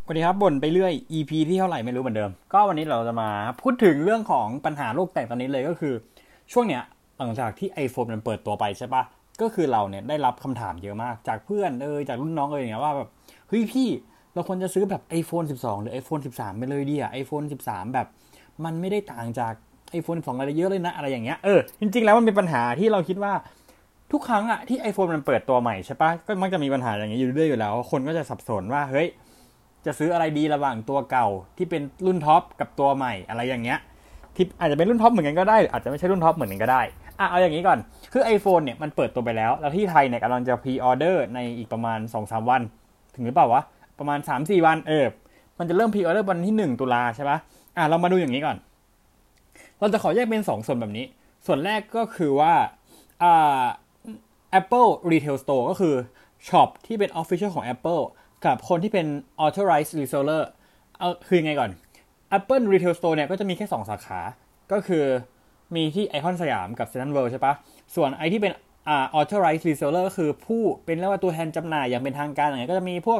สวัสดีครับบ่นไปเรื่อย EP ที่เท่าไหร่ไม่รู้เหมือนเดิมก็วันนี้เราจะมาพูดถึงเรื่องของปัญหาโลกแตกตอนนี้เลยก็คือช่วงเนี้ยหลังจากที่ iPhone มันเปิดตัวไปใช่ปะก็คือเราเนี่ยได้รับคำถามเยอะมากจากเพื่อนจากรุ่นน้องอย่างเงี้ยว่าแบบเฮ้ยพี่เราควรจะซื้อแบบ iPhone 12หรือ iPhone 13ไปเลยดิiPhone 13แบบมันไม่ได้ต่างจาก iPhone 12อะไรเยอะเลยนะอะไรอย่างเงี้ยจริงๆแล้วมันเป็นปัญหาที่เราคิดว่าทุกครั้งอะที่ iPhone มันเปิดตัวใหม่ใช่ปะก็มักจะมีปัญหาอย่างเงี้ยอยู่เรื่อยๆอยู่แล้วคนก็จะสับสนว่าเฮ้ยจะซื้ออะไรดีระหว่างตัวเก่าที่เป็นรุ่นท็อปกับตัวใหม่อะไรอย่างเงี้ยที่อาจจะเป็นรุ่นท็อปเหมือนกันก็ได้อาจจะไม่ใช่รุ่นท็อปเหมือนกันก็ได้เอาอย่างนี้ก่อนคือ iPhone เนี่ยมันเปิดตัวไปแล้วที่ไทยเนี่ยกำลังจะพรีออเดอร์ในอีกประมาณ 2-3 วันถึงหรือเปล่าวะประมาณ 3-4 วันมันจะเริ่มพรีออเดอร์วันที่1 ตุลาใช่ปะเรามาดูอย่างนี้ก่อนเราจะขอแยกเป็น2ส่วนแบบนี้ส่วนแรกก็คือว่าอ่า Apple Retail Store ก็คือช็อปที่เป็น Official ของ Apple กับคนที่เป็น Authorized Reseller คือยังไงก่อน Apple Retail Store เนี่ยก็จะมีแค่2 สาขาก็คือมีที่ไอคอนสยามกับ Central World ใช่ปะส่วนไอที่เป็นAuthorized Reseller ก็คือผู้เป็นเรียกว่าตัวแทนจำหน่ายอย่างเป็นทางการอย่างเงี้ยก็จะมีพวก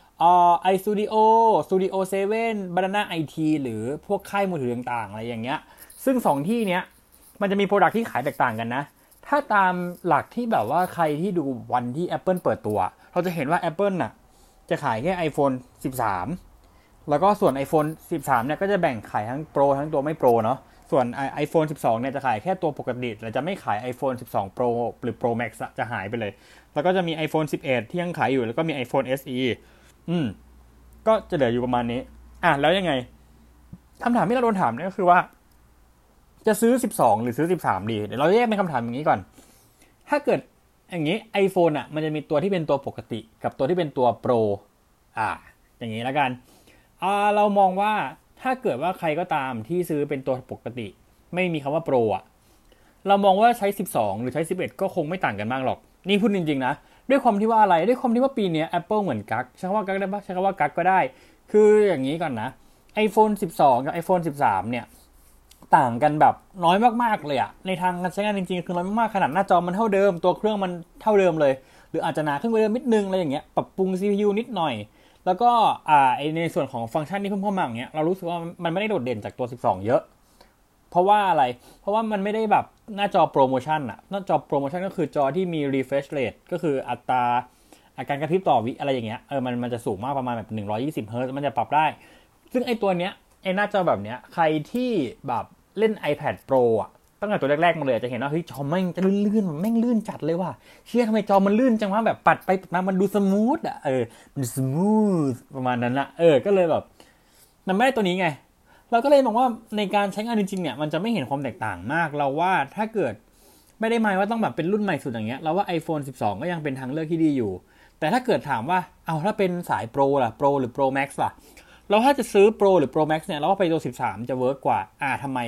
iStudio Studio 7 Banana IT หรือพวกค่ายมือถือต่างๆอะไรอย่างเงี้ยซึ่ง2ที่เนี้ยมันจะมีโปรดักที่ขายแตกต่างกันนะถ้าตามหลักที่แบบว่าใครที่ดูวันที่ Apple เปิดตัวเราจะเห็นว่า Apple น่ะจะขายแค่ iPhone 13แล้วก็ส่วน iPhone 13เนี่ยก็จะแบ่งขายทั้งโปรทั้งตัวไม่โปรเนาะส่วน iPhone 12เนี่ยจะขายแค่ตัวปกติและจะไม่ขาย iPhone 12 Pro หรือ Pro Max จะหายไปเลยแล้วก็จะมี iPhone 11ที่ยังขายอยู่แล้วก็มี iPhone SE ก็จะเหลืออยู่ประมาณนี้แล้วยังไงคำถามที่เราโดนถามเนี่ยก็คือว่าจะซื้อ12หรือซื้อ13ดีเดี๋ยวเราแยกเป็นคำถามอย่างนี้ก่อนถ้าเกิดอย่างนี้ iPhone มันจะมีตัวที่เป็นตัวปกติกับตัวที่เป็นตัว Pro อย่างนี้แล้วกันเรามองว่าถ้าเกิดว่าใครก็ตามที่ซื้อเป็นตัวปกติไม่มีคำว่า Pro เรามองว่าใช้12หรือใช้11ก็คงไม่ต่างกันมากหรอกนี่พูดจริงๆนะด้วยความที่ว่าอะไรด้วยความที่ว่าปีนี้ Apple เหมือนกักใช้คำว่ากักได้ปะใช้คำว่ากักก็ได้คืออย่างนี้ก่อนนะ iPhone 12กับ iPhone 13เนี่ยต่างกันแบบน้อยมากๆเลยในทางการใช้งานจริงๆคือน้อยมากๆขนาดหน้าจอมันเท่าเดิมตัวเครื่องมันเท่าเดิมเลยหรืออาจจะหนาขึ้นไปเดิมนิดนึงอะไรอย่างเงี้ยปรับปรุง CPU นิดหน่อยแล้วก็ในส่วนของฟังก์ชันที่เพิ่มเข้ามาอย่างเงี้ยเรารู้สึกว่ามันไม่ได้โดดเด่นจากตัว12เยอะเพราะว่าอะไรเพราะว่ามันไม่ได้แบบหน้าจอโปรโมชั่นหน้าจอโปรโมชั่นก็คือจอที่มี refresh rate ก็คืออัตราการกระพริบต่อวิอะไรอย่างเงี้ยมันจะสูงมากประมาณแบบ120เฮิร์ตซ์มันจะปรับได้ซึ่งไอตัวเนี้ยไอหน้าจอแบบเนี้ยใครที่แบบเล่น iPad Pro ตั้งแต่ตัวแรกๆมาเลยจะเห็นว่าเฮ้ยจอแม่งจะลื่นๆมันแม่งลื่นจัดเลยว่ะเชี่ยทำไมจอมันลื่นจังวะแบบปัดไปปัดมามันดูสมูทมันสมูทประมาณนั้นก็เลยแบบมันไม่ได้ตัวนี้ไงเราก็เลยมองว่าในการใช้งานจริงๆเนี่ยมันจะไม่เห็นความแตกต่างมากเราว่าถ้าเกิดไม่ได้หมายว่าต้องแบบเป็นรุ่นใหม่สุดอย่างเงี้ยเราว่า iPhone 12ก็ยังเป็นทางเลือกที่ดีอยู่แต่ถ้าเกิดถามว่าถ้าเป็นสาย Pro ล่ะ Pro หรือ Pro Max ล่ะเราถ้าจะซื้อ Pro หรือ Pro Max เนี่ยเราว่าไปตัว13จะเวิร์กกว่าทำไม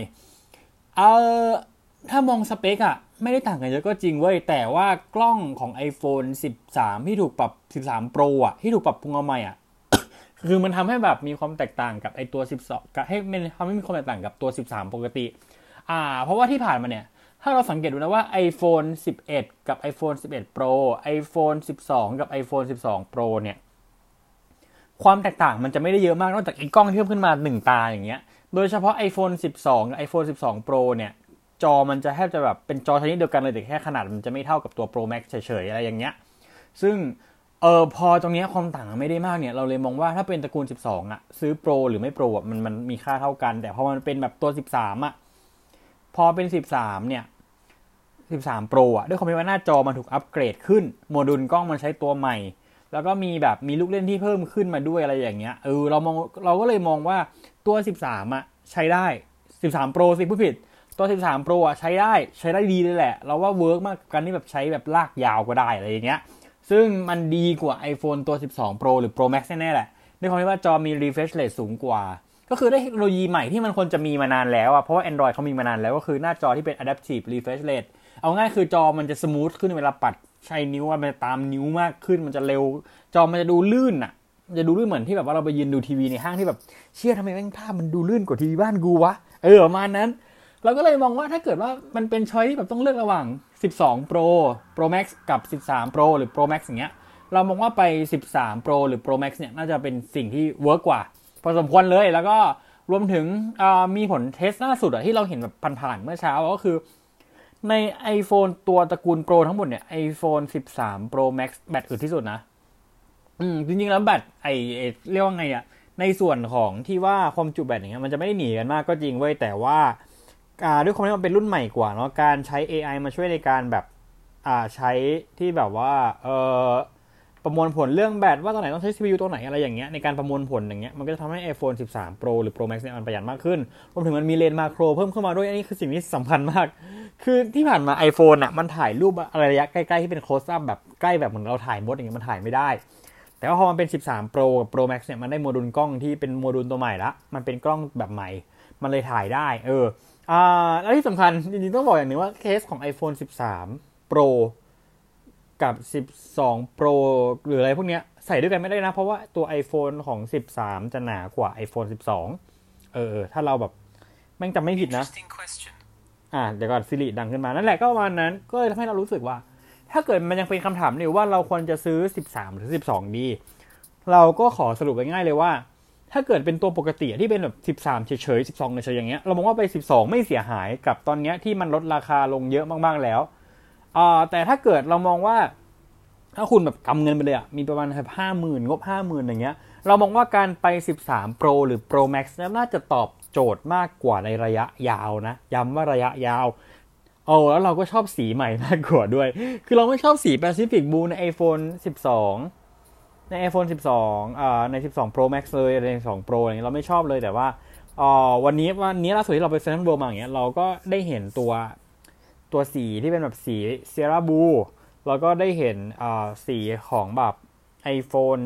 ถ้ามองสเปคไม่ได้ต่างกันเยอะก็จริงเว้ยแต่ว่ากล้องของ iPhone 13ที่ถูกปรับ13 Pro ที่ถูกปรับปรุงมาใหม่คือมันทำให้แบบมีความแตกต่างกับไอตัว12กับให้มันทำให้มีความแตกต่างกับตัว13ปกติเพราะว่าที่ผ่านมาเนี่ยถ้าเราสังเกตดูนะว่า iPhone 11 กับ iPhone 11 Pro iPhone 12 กับ iPhone 12 Pro เนี่ยความแตกต่างมันจะไม่ได้เยอะมากนอกจากไอ้กล้องที่เพิ่มขึ้นมา1ตาอย่างเงี้ยโดยเฉพาะ iPhone 12 กับ iPhone 12 Pro เนี่ยจอมันจะแทบจะแบบเป็นจอชนิดเดียวกันเลยแต่แค่ขนาดมันจะไม่เท่ากับตัว Pro Max เฉยๆอะไรอย่างเงี้ยซึ่งพอตรงนี้ความต่างไม่ได้มากเนี่ยเราเลยมองว่าถ้าเป็นตระกูล12ซื้อ Pro หรือไม่ Pro มันมีค่าเท่ากันแต่พอมันเป็นแบบตัว13พอเป็น13เนี่ย13 Pro ด้วยความที่ว่าหน้าจอมันถูกอัปเกรดขึ้นโมดูลกล้องมันใช้ตัวใหม่แล้วก็มีลูกเล่นที่เพิ่มขึ้นมาด้วยอะไรอย่างเงี้ยเราก็เลยมองว่าตัว13ใช้ได้13 Pro สิผู้ผิดตัว13 Pro ใช้ได้ดีเลยแหละเราว่าเวิร์กมากกันที่แบบใช้แบบลากยาวก็ได้อะไรอย่างเงี้ยซึ่งมันดีกว่า iPhone ตัว12 Pro หรือ Pro Max แน่ๆแหละด้วยความที่ว่าจอมี refresh rate สูงกว่าก็คือได้เทคโนโลยีใหม่ที่มันควรจะมีมานานแล้วเพราะว่า Android เขามีมานานแล้วก็คือหน้าจอที่เป็น adaptive refresh rate เอาง่ายคือจอมันจะสมูทขึ้นเวลาปัดใช้นิ้วมันจะตามนิ้วมากขึ้นมันจะเร็วจอมันจะดูลื่นจะดูลื่นเหมือนที่แบบว่าเราไปยืนดูทีวีในห้างที่แบบเชี่ยทำไมแม่งภาพมันดูลื่นกว่าทีวีบ้านกูวะประมาณนั้นเราก็เลยมองว่าถ้าเกิดว่ามันเป็นช้อยที่แบบต้องเลือกระหว่าง12 Pro Max กับ13 Pro หรือ Pro Max อย่างเงี้ยเรามองว่าไป13 Pro หรือ Pro Max เนี่ยน่าจะเป็นสิ่งที่เวิร์กกว่าพอสมควรเลยแล้วก็รวมถึงมีผลเทสล่าสุดที่เราเห็นแบบผ่านๆเมื่อเช้าก็คือใน iPhone ตัวตระกูล Pro ทั้งหมดเนี่ย iPhone 13 Pro Max แบตอึดที่สุดนะจริงๆแล้วแบตเรียกว่าไงในส่วนของที่ว่าความจุแบตอย่างเงี้ยมันจะไม่ได้หนีกันมากก็จริงเว้ยแต่ว่าด้วยความที่มันเป็นรุ่นใหม่กว่าเนาะการใช้ AI มาช่วยในการแบบใช้ที่แบบว่าประมวลผลเรื่องแบตว่าตัวไหนต้องใช้ CPU ตัวไหนอะไรอย่างเงี้ยในการประมวลผลอย่างเงี้ยมันก็จะทำให้ iPhone 13 Pro หรือ Pro Max เนี่ยมันประหยัดมากขึ้นรวมถึงมันมีเลนส์มาโครเพิ่มเข้ามาด้วยอันนี้คือสิ่งที่สำคัญมากคือที่ผ่านมา iPhone มันถ่ายรูประยะใกล้ๆที่เป็น close up แบบใกล้แบบเหมือนเราถ่ายมดอย่างเงี้ยมันถ่ายไม่ได้แต่ว่าพอมันเป็น13 Pro กับ Pro Max เนี่ยมันได้โมดูลกล้องที่เป็นโมดูลตัวใหม่ละมันเป็นกล้องแบบใหม่มันเลยถ่ายได้แล้วที่สำคัญจริงๆต้องบอกอย่างนึงว่าเคสของ iPhone 13 Pro กับ12 Pro หรืออะไรพวกเนี้ยใส่ด้วยกันไม่ได้นะเพราะว่าตัว iPhone ของ13จะหนากว่า iPhone 12ถ้าเราแบบแม่งจำไม่ผิดนะเดี๋ยวก่อนซิริดังขึ้นมานั่นแหละก็ประมาณนั้นก็เลยทำให้เรารู้สึกว่าถ้าเกิดมันยังเป็นคำถามอยู่ว่าเราควรจะซื้อ13หรือ12ดีเราก็ขอสรุปง่ายๆเลยว่าถ้าเกิดเป็นตัวปกติที่เป็นแบบ13เฉยๆ12เฉยๆอย่างเงี้ยเรามองว่าไป12ไม่เสียหายกับตอนเนี้ยที่มันลดราคาลงเยอะมากๆแล้วแต่ถ้าเกิดเรามองว่าถ้าคุณแบบกำเงินไปเลยมีประมาณ50,000งบ 50,000 อย่างเงี้ยเรามองว่าการไป13 Pro หรือ Pro Max น่าจะตอบโจทย์มากกว่าในระยะยาวนะย้ำว่าระยะยาวแล้วเราก็ชอบสีใหม่มากกว่าด้วยคือเราไม่ชอบสี Pacific Blue ใน iPhone 12ใน iPhone 12ใน12 Pro Max เลยใน12 Pro อะไรเงี้ยเราไม่ชอบเลยแต่ว่าวันนี้ล่าสุดที่เราไปเซ็นทรัลเวิลด์มาอย่างเงี้ยเราก็ได้เห็นตัวสีที่เป็นแบบสีเซียร่าบลูแล้วก็ได้เห็นสีของแบบ iPhone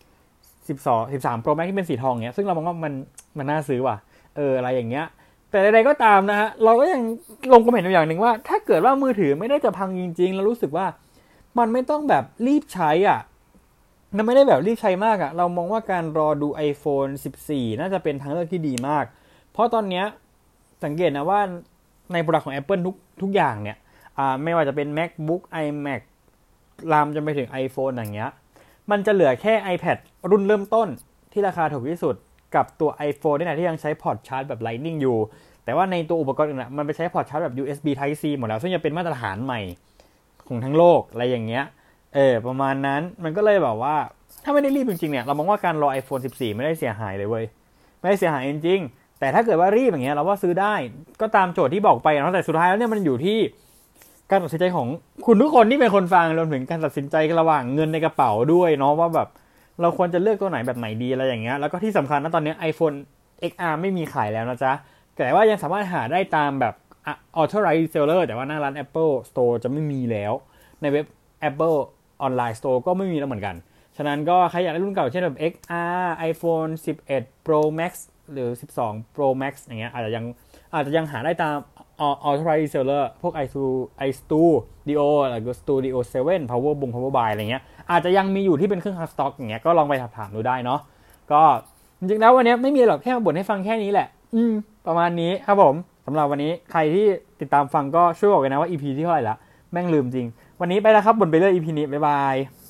13 Pro Max ที่เป็นสีทองเงี้ยซึ่งเรามองว่ามันน่าซื้อว่ะอะไรอย่างเงี้ยแต่ใดๆก็ตามนะฮะเราก็ยังลงความเห็นอย่างหนึ่งว่าถ้าเกิดว่ามือถือไม่ได้จะพังจริงๆแล้วรู้สึกว่ามันไม่ต้องแบบรีบใช้มันไม่ได้แบบรีบใช้มากเรามองว่าการรอดู iPhone 14 น่าจะเป็นทางเลือกที่ดีมากเพราะตอนเนี้ยสังเกตนะว่าในโปรดักต์ของ Apple ทุกอย่างเนี่ยไม่ว่าจะเป็น MacBook iMac ลามจนไปถึง iPhone อย่างเงี้ยมันจะเหลือแค่ iPad รุ่นเริ่มต้นที่ราคาถูกที่สุดกับตัว iPhone นี่แหละที่ยังใช้พอร์ตชาร์จแบบ Lightning อยู่แต่ว่าในตัวอุปกรณ์อื่นมันไปใช้พอร์ตชาร์จแบบ USB Type C หมดแล้วซึ่งจะเป็นมาตรฐานใหม่ของทั้งโลกอะไรอย่างเงี้ยประมาณนั้นมันก็เลยแบบว่าถ้าไม่ได้รีบจริงๆเนี่ยเรามองว่าการรอ iPhone 14 ไม่ได้เสียหายเลยเว้ยไม่ได้เสียหายจริงๆแต่ถ้าเกิดว่ารีบอย่างเงี้ยเราว่าซื้อได้ก็ตามโจทย์ที่บอกไปนะแต่สุดท้ายแล้วเนี่ยมันอยู่ที่การตัดสินใจของคุณทุกคนที่เป็นคนฟังรวมถึงการตัดสินใจระหว่างเงินในกระเป๋าด้วยเนาะว่าแบบเราควรจะเลือกตัวไหนแบบไหนดีอะไรอย่างเงี้ยแล้วก็ที่สำคัญนะตอนนี้ iPhone XR ไม่มีขายแล้วนะจ๊ะแต่ว่ายังสามารถหาได้ตามแบบ authorized reseller แต่ว่าหน้าร้าน Apple Store จะไม่มีแล้วในเว็บ Apple Online Store ก็ไม่มีแล้วเหมือนกันฉะนั้นก็ใครอยากได้รุ่นเก่าเช่นแบบ XR iPhone 11 Pro Max หรือ12 Pro Max อย่างเงี้ยอาจจะยังหาได้ตามauthorized reseller พวก iStudio หรือ Studio 7 Power Buy อะไรเงี้ยอาจจะยังมีอยู่ที่เป็นเครื่องคัสต็อกอย่างเงี้ยก็ลองไปถามดูได้เนาะก็จริงๆแล้ววันนี้ไม่มีหรอกแค่มาบ่นให้ฟังแค่นี้แหละประมาณนี้ครับผมสำหรับวันนี้ใครที่ติดตามฟังก็ช่วยบอกกันนะว่า EP ที่เท่าไหร่ละแม่งลืมจริงวันนี้ไปแล้วครับบ่นไปเรื่อย EP นี้บ๊ายบาย